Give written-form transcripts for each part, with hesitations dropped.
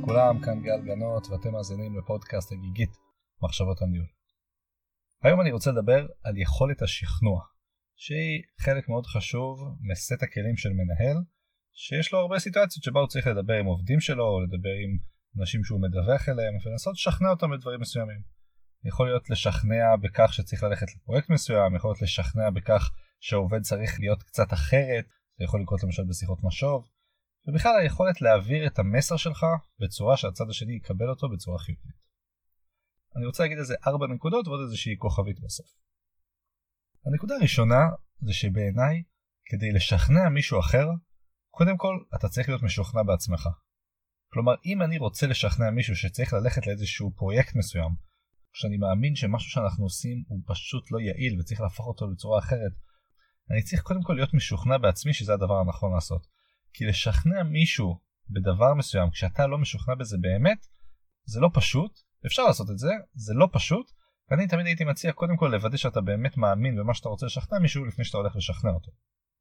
לכולם, כאן גל גנות ואתם מאזינים לפודקאסט הגיגית מחשבות הניהול. היום אני רוצה לדבר על יכולת השכנוע, שהיא חלק מאוד חשוב מסט הכלים של מנהל, שיש לו הרבה סיטואציות שבה הוא צריך לדבר עם עובדים שלו, או לדבר עם אנשים שהוא מדווח אליהם, ולנסות לשכנע אותם בדברים מסוימים. יכול להיות לשכנע בכך שצריך ללכת לפרויקט מסוים, יכול להיות לשכנע בכך שהעובד צריך להיות קצת אחרת, זה יכול לקרות למשל בשיחות משוב, ובכלל היכולת להעביר את המסר שלך בצורה שהצד השני יקבל אותו בצורה חיובית. אני רוצה להגיד איזה 4 נקודות ועוד איזושהי כוכבית בסוף. הנקודה הראשונה זה שבעיניי, כדי לשכנע מישהו אחר, קודם כל אתה צריך להיות משוכנע בעצמך. כלומר, אם אני רוצה לשכנע מישהו שצריך ללכת לאיזשהו פרויקט מסוים, כשאני מאמין שמשהו שאנחנו עושים הוא פשוט לא יעיל וצריך להפוך אותו בצורה אחרת, אני צריך קודם כל להיות משוכנע בעצמי שזה הדבר הנכון לעשות. כי לשכנע מישהו בדבר מסוים כשאתה לא משוכנע בזה באמת, זה לא פשוט, אפשר לעשות את זה, זה לא פשוט, ואני תמיד הייתי מציע קודם כל לוודא שאתה באמת מאמין במה שאתה רוצה לשכנע מישהו לפני שאתה הולך לשכנע אותו.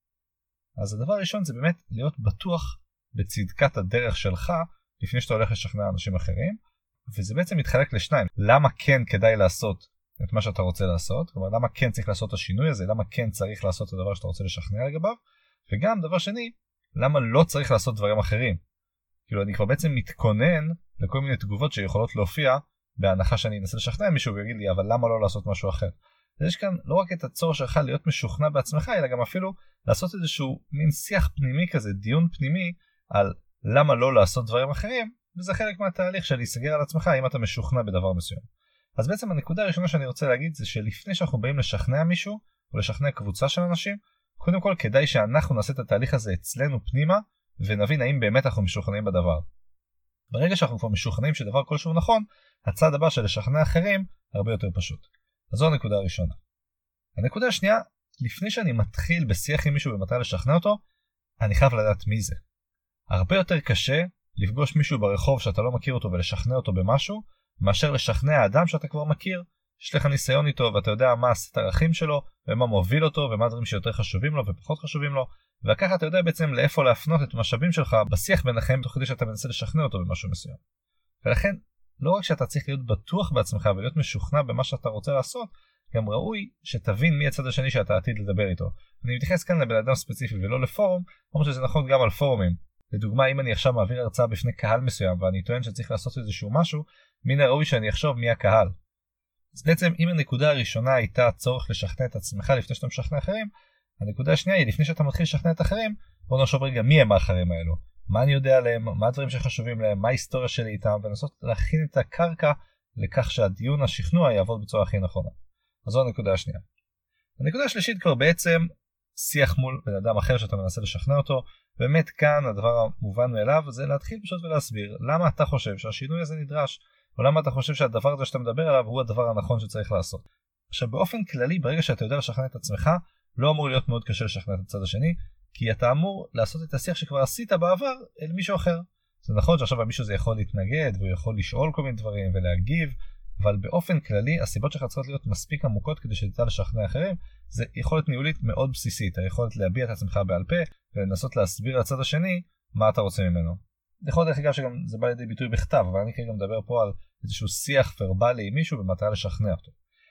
אז הדבר הראשון זה באמת להיות בטוח בצדקת הדרך שלך לפני שאתה הולך לשכנע אנשים אחרים, וזה בעצם מתחלק לשניים. למה כן כדאי לעשות את מה שאתה רוצה לעשות, כלומר למה כן צריך לעשות את השינוי הזה, למה כן צריך לעשות את הדבר שאתה רוצה לשכנע לגביו, וגם דבר שני, למה לא צריך לעשות דברים אחרים. כאילו אני כבר בעצם מתכונן לכל מיני תגובות שיכולות להופיע בהנחה שאני אנסה לשכנע מישהו ויגיד לי אבל למה לא לעשות משהו אחר. אז יש כאן לא רק את הצורך שלך להיות משוכנע בעצמך, אלא גם אפילו לעשות איזשהו מין שיח פנימי כזה, דיון פנימי על למה לא לעשות דברים אחרים, וזה חלק מהתהליך של להיסגר על עצמך אם אתה משוכנע בדבר מסוים. אז בעצם הנקודה הראשונה שאני רוצה להגיד זה שלפני שאנחנו באים לשכנע מישהו או לשכנע קבוצה של אנשים, קודם כל כדאי שאנחנו נעשה את התהליך הזה אצלנו פנימה ונבין האם באמת אנחנו משוכנעים בדבר. ברגע שאנחנו כבר משוכנעים שדבר כלשהו נכון, הצעד הבא של לשכנע אחרים הרבה יותר פשוט. אז זו הנקודה הראשונה. הנקודה השנייה, לפני שאני מתחיל בשיח עם מישהו ומטרה לשכנע אותו, אני חייב לדעת מי זה. הרבה יותר קשה לפגוש מישהו ברחוב שאתה לא מכיר אותו ולשכנע אותו במשהו, מאשר לשכנע האדם שאתה כבר מכיר, יש לך ניסיון איתו ואתה יודע מה הסט הערכים שלו ומה מוביל אותו ומה הדברים שיותר חשובים לו ופחות חשובים לו, וככה אתה יודע בעצם לאיפה להפנות את המשאבים שלך בשיח ביניכם תוך כדי שאתה מנסה לשכנע אותו במשהו מסוים. ולכן לא רק שאתה צריך להיות בטוח בעצמך ולהיות משוכנע במה שאתה רוצה לעשות, גם ראוי שתבין מי הצד השני שאתה עתיד לדבר איתו. אני מתייחס כאן לבן אדם ספציפי ולא לפורום, למרות שזה נכון גם על פורומים. לדוגמה, אם אני עכשיו מעביר הרצאה בפני קהל מסוים ואני טוען שצריך לעשות איזשהו משהו, מן הראוי שאני אחשוב מי הקהל. אז בעצם אם הנקודה הראשונה הייתה הצורך לשכנע את עצמך לפני שאתה משכנע אחרים, הנקודה השנייה היא לפני שאתה מתחיל לשכנע את אחרים, בוא נחשוב רגע מי הם האחרים האלו, מה אני יודע עליהם, מה הדברים שחשובים להם, מה ההיסטוריה שלי איתם, ולנסות להכין את הקרקע לכך שהדיון השכנוע יעבוד בצורה הכי נכונה. אז זו הנקודה השנייה. הנקודה השלישית כבר בעצם שיח מול בן אדם אחר שאתה מנסה לשכנע אותו, באמת כאן הדבר המובן מאליו זה להתחיל פשוט ולהסביר למה אתה חושב שהשינוי הזה נדרש, או למה אתה חושב שהדבר הזה שאתה מדבר עליו הוא הדבר הנכון שצריך לעשות. עכשיו באופן כללי ברגע שאתה יודע לשכנע את עצמך, לא אמור להיות מאוד קשה לשכנע את הצד השני, כי אתה אמור לעשות את השיח שכבר עשית בעבר אל מישהו אחר. זה נכון שעכשיו מישהו זה יכול להתנגד והוא יכול לשאול כל מיני דברים ולהגיב, אבל באופן כללי הסיבות שלך צריכות להיות מספיק עמוקות כדי שתדע לשכנע אחרים. זה יכולת ניהולית מאוד בסיסית, היכולת להביע את עצמך בעל פה ולנסות להסביר לצד השני מה אתה רוצה ממנו. יכול דרך אגב שגם זה בא לידי ביטוי בכתב, אבל אני כרגע מדבר פה על איזשהו שיח ורבלי עם מישהו במטרה לשכנע אותו.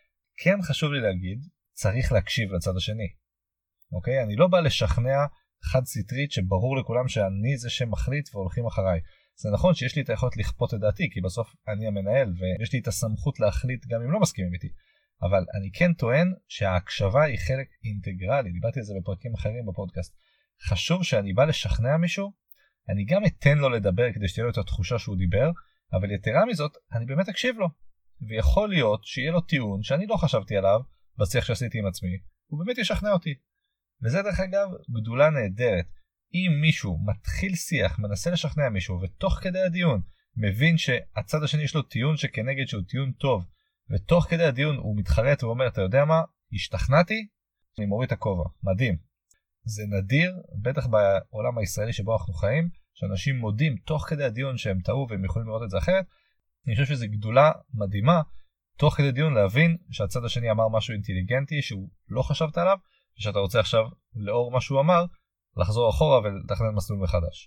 כן חשוב לי להגיד, צריך להקשיב לצד השני. אוקיי? אני לא בא לשכנע חד סטרית שברור לכולם שאני זה שמחליט והולכים אחריי. זה נכון שיש לי את היכולת לכפות את דעתי, כי בסוף אני המנהל ויש לי את הסמכות להחליט גם אם לא מסכימים איתי. אבל אני כן טוען שההקשבה היא חלק אינטגרלי, דיברתי על זה בפרקים אחרים בפודקאסט. חשוב שאני בא לשכנע מישהו, אני גם אתן לו לדבר כדי שתהיה לו את התחושה שהוא דיבר, אבל יתרה מזאת, אני באמת אקשיב לו. ויכול להיות שיהיה לו טיעון שאני לא חשבתי עליו בשיח שעשיתי עם עצמי, הוא באמת ישכנע אותי. וזה דרך אגב גדולה נהדרת. אם מישהו מתחיל שיח, מנסה לשכנע מישהו, ותוך כדי הדיון מבין שהצד השני יש לו טיעון שכנגד שהוא טיעון טוב, ותוך כדי הדיון הוא מתחרט ואומר, אתה יודע מה? השתכנעתי? אני מוריד את הכובע. מדהים. זה נדיר, בטח בעולם הישראלי שבו אנחנו חיים, שאנשים מודים תוך כדי הדיון שהם טעו והם יכולים לראות את זה אחרת. אני חושב שזו גדולה מדהימה, תוך כדי דיון להבין שהצד השני אמר משהו אינטליגנטי שהוא לא חשבת עליו, ושאתה רוצה עכשיו, לאור מה שהוא אמר, לחזור אחורה ולתכנן מסלול מחדש.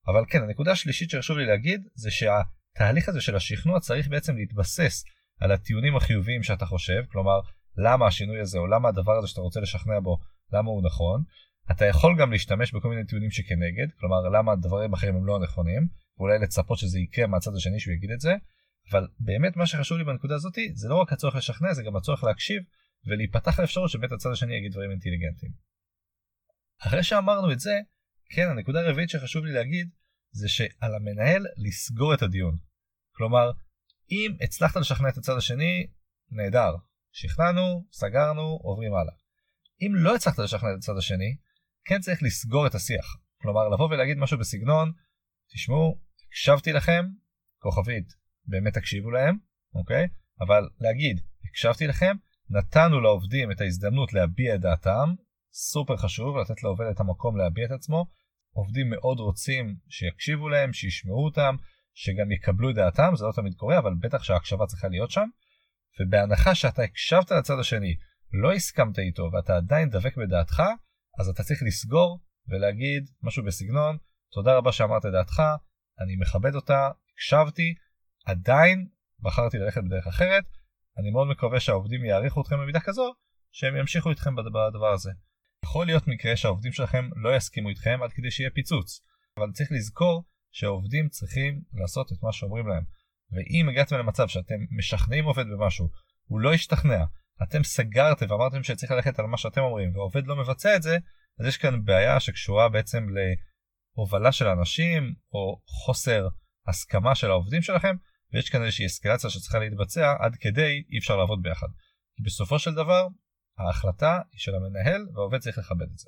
אבל כן, הנקודה השלישית שחשוב לי להגיד זה שהתהליך הזה של השכנוע צריך בעצם להתבסס על הטיעונים החיוביים שאתה חושב, כלומר למה השינוי הזה או למה הדבר הזה שאתה רוצה לשכנע בו, למה הוא נכון. אתה יכול גם להשתמש בכל מיני טיעונים שכנגד, כלומר למה הדברים אחרים הם לא נכונים, ואולי לצפות שזה יקרה מהצד השני שהוא יגיד את זה, אבל באמת מה שחשוב לי בנקודה הזאת זה לא רק הצורך לשכנע, זה גם הצורך להקשיב ולהיפתח לאפשרות שבית הצד השני יגיד דברים אינטליגנטיים. אחרי שאמרנו את זה, כן, הנקודה הרביעית שחשוב לי להגיד זה שעל המנהל לסגור את הדיון. כלומר, אם הצלחת לשכנע את הצד השני, נהדר, שכנענו, סגרנו, עוברים הלאה. אם לא הצלחת לשכנע את הצד השני, כן צריך לסגור את השיח. כלומר, לבוא ולהגיד משהו בסגנון, תשמעו, הקשבתי לכם, כוכבית, באמת תקשיבו להם, אוקיי? אבל להגיד, הקשבתי לכם, נתנו לעובדים את ההזדמנות להביע את דעתם, סופר חשוב, לתת לעובד את המקום להביע את עצמו, עובדים מאוד רוצים שיקשיבו להם, שישמעו אותם, שגם יקבלו את דעתם, זה לא תמיד קורה, אבל בטח שההקשבה צריכה להיות שם, ובהנחה שאתה הקשבת לצד השני, לא הסכמת איתו ואתה עדיין דבק בדעתך, אז אתה צריך לסגור ולהגיד משהו בסגנון, תודה רבה שאמרת את דעתך, אני מכבד אותה, הקשבתי, עדיין בחרתי ללכת בדרך אחרת, אני מאוד מקווה שהעובדים יעריכו אתכם במידה כזו, שהם ימשיכו איתכם בדבר הזה. יכול להיות מקרה שהעובדים שלכם לא יסכימו איתכם עד כדי שיהיה פיצוץ, אבל צריך לזכור שהעובדים צריכים לעשות את מה שאומרים להם. ואם הגעתם למצב שאתם משכנעים עובד במשהו, הוא לא ישתכנע, אתם סגרתם ואמרתם שצריך ללכת על מה שאתם אומרים, והעובד לא מבצע את זה, אז יש כאן בעיה שקשורה בעצם להובלה של האנשים, או חוסר הסכמה של העובדים שלכם, ויש כאן איזושהי אסקלציה שצריכה להתבצע עד כדי אי אפשר לעבוד ביחד. כי בסופו של דבר, ההחלטה היא של המנהל, והעובד צריך לכבד את זה.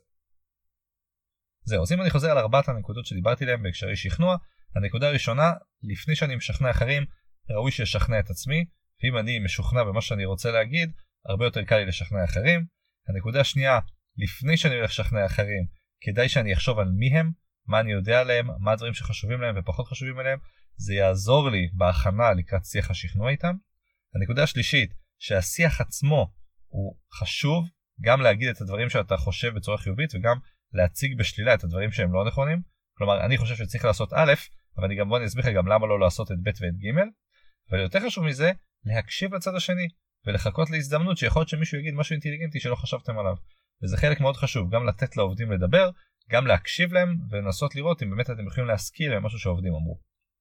זהו, אז אם אני חוזר על 4 הנקודות שדיברתי להם בהקשרי שכנוע, הנקודה הראשונה, לפני שאני משכנע אחרים, ראוי שישכנע את עצמי, ואם אני משוכנע במה שאני רוצה להגיד, הרבה יותר קל לי לשכנע אחרים. הנקודה השנייה, לפני שאני הולך לשכנע אחרים, כדאי שאני אחשוב על מי הם, מה אני יודע עליהם, מה הדברים שחשובים להם ופחות חשובים עליהם, זה יעזור לי בהכנה לקראת שיח השכנוע איתם. הנקודה השלישית, שהשיח עצמו הוא חשוב, גם להגיד את הדברים שאתה חושב בצורה חיובית, וגם להציג בשלילה את הדברים שהם לא נכונים. כלומר, אני חושב שצריך לעשות א', אבל אני גם אסביר לך גם למה לא לעשות את ב' ואת ג', אבל יותר חשוב מזה, להקשיב לצד השני, ולחכות להזדמנות שיכול להיות שמישהו יגיד משהו אינטליגנטי שלא חשבתם עליו. וזה חלק מאוד חשוב, גם לתת לעובדים לדבר, גם להקשיב להם, ולנסות לראות אם באמת אתם יכולים להשכיל להם משהו שהעובדים אמרו.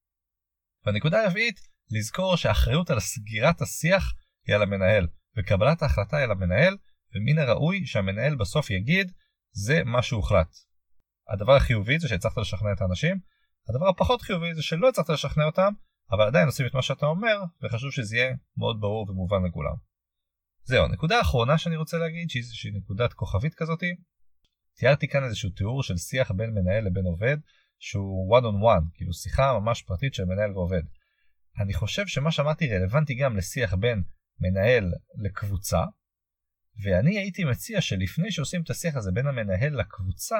והנקודה הרביעית, לזכור שהאחריות על סגירת השיח היא על המנהל, וקבלת ההחלטה היא על המנהל, ומן הראוי שהמנהל בסוף יגיד, זה מה שהוחלט. הדבר החיובי זה שהצלחת לשכנע את האנשים, הדבר הפחות חיובי זה שלא הצלחת לשכנע אותם, אבל עדיין עושים את מה שאתה אומר, וחשוב שזה יהיה מאוד ברור ומובן לכולם. זהו, הנקודה האחרונה שאני רוצה להגיד, שהיא איזושהי נקודת כוכבית כזאת, תיארתי כאן איזשהו תיאור של שיח בין מנהל לבין עובד, שהוא one on one, כאילו שיחה ממש פרטית של מנהל ועובד. אני חושב שמה שאמרתי רלוונטי גם לשיח בין מנהל לקבוצה, ואני הייתי מציע שלפני שעושים את השיח הזה בין המנהל לקבוצה,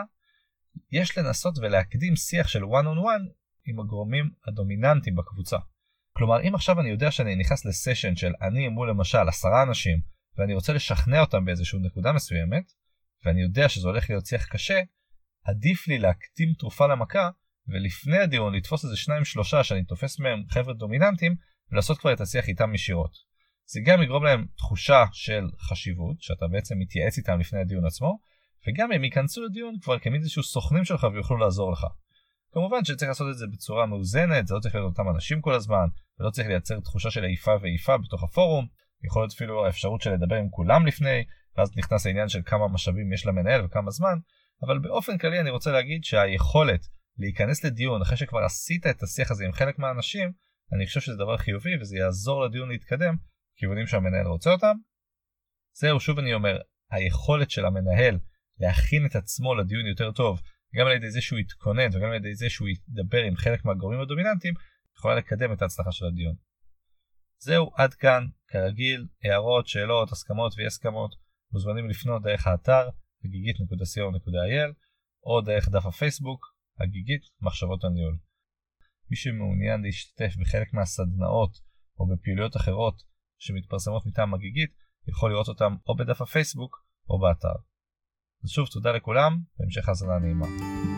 יש לנסות ולהקדים שיח של one on one עם הגורמים הדומיננטיים בקבוצה. כלומר, אם עכשיו אני יודע שאני נכנס לסשן של אני מול למשל 10 אנשים, ואני רוצה לשכנע אותם באיזושהי נקודה מסוימת, ואני יודע שזה הולך להיות שיח קשה, עדיף לי להקדים תרופה למכה, ולפני הדיון לתפוס איזה 2-3 שאני תופס מהם חבר'ה דומיננטיים, ולעשות כבר את השיח איתם ישירות. זה גם יגרום להם תחושה של חשיבות, שאתה בעצם מתייעץ איתם לפני הדיון עצמו, וגם הם ייכנסו לדיון כבר כמין איזשהו סוכנים שלך ויוכלו לעזור לך. כמובן שצריך לעשות את זה בצורה מאוזנת, זה לא צריך להיות אותם אנשים כל הזמן, ולא צריך לייצר תחושה של איפה ואיפה בתוך הפורום, יכול להיות אפילו האפשרות של לדבר עם כולם לפני, ואז נכנס העניין של כמה משאבים יש למנהל וכמה זמן, אבל באופן כללי אני רוצה להגיד שהיכולת להיכנס לדיון אחרי שכבר עשית את השיח הזה עם חלק מהאנשים, אני חושב שזה דבר חיובי וזה יעזור לדיון להתקדם, כיוונים שהמנהל רוצה אותם. זהו, שוב אני אומר, היכולת של המנהל להכין את עצמו לדיון יותר טוב, גם על ידי זה שהוא יתכונן וגם על ידי זה שהוא ידבר עם חלק מהגורמים הדומיננטיים, יכולה לקדם את ההצלחה של הדיון. זהו, עד כאן, כרגיל, הערות, שאלות, הסכמות ואי הסכמות, מוזמנים לפנות דרך האתר, הגיגית.co.il, או דרך דף הפייסבוק, הגיגית מחשבות הניהול. מי שמעוניין להשתתף בחלק מהסדנאות או בפעילויות אחרות שמתפרסמות מטעם הגיגית, יכול לראות אותם או בדף הפייסבוק או באתר. אז שוב, תודה לכולם, והמשך האזנה נעימה.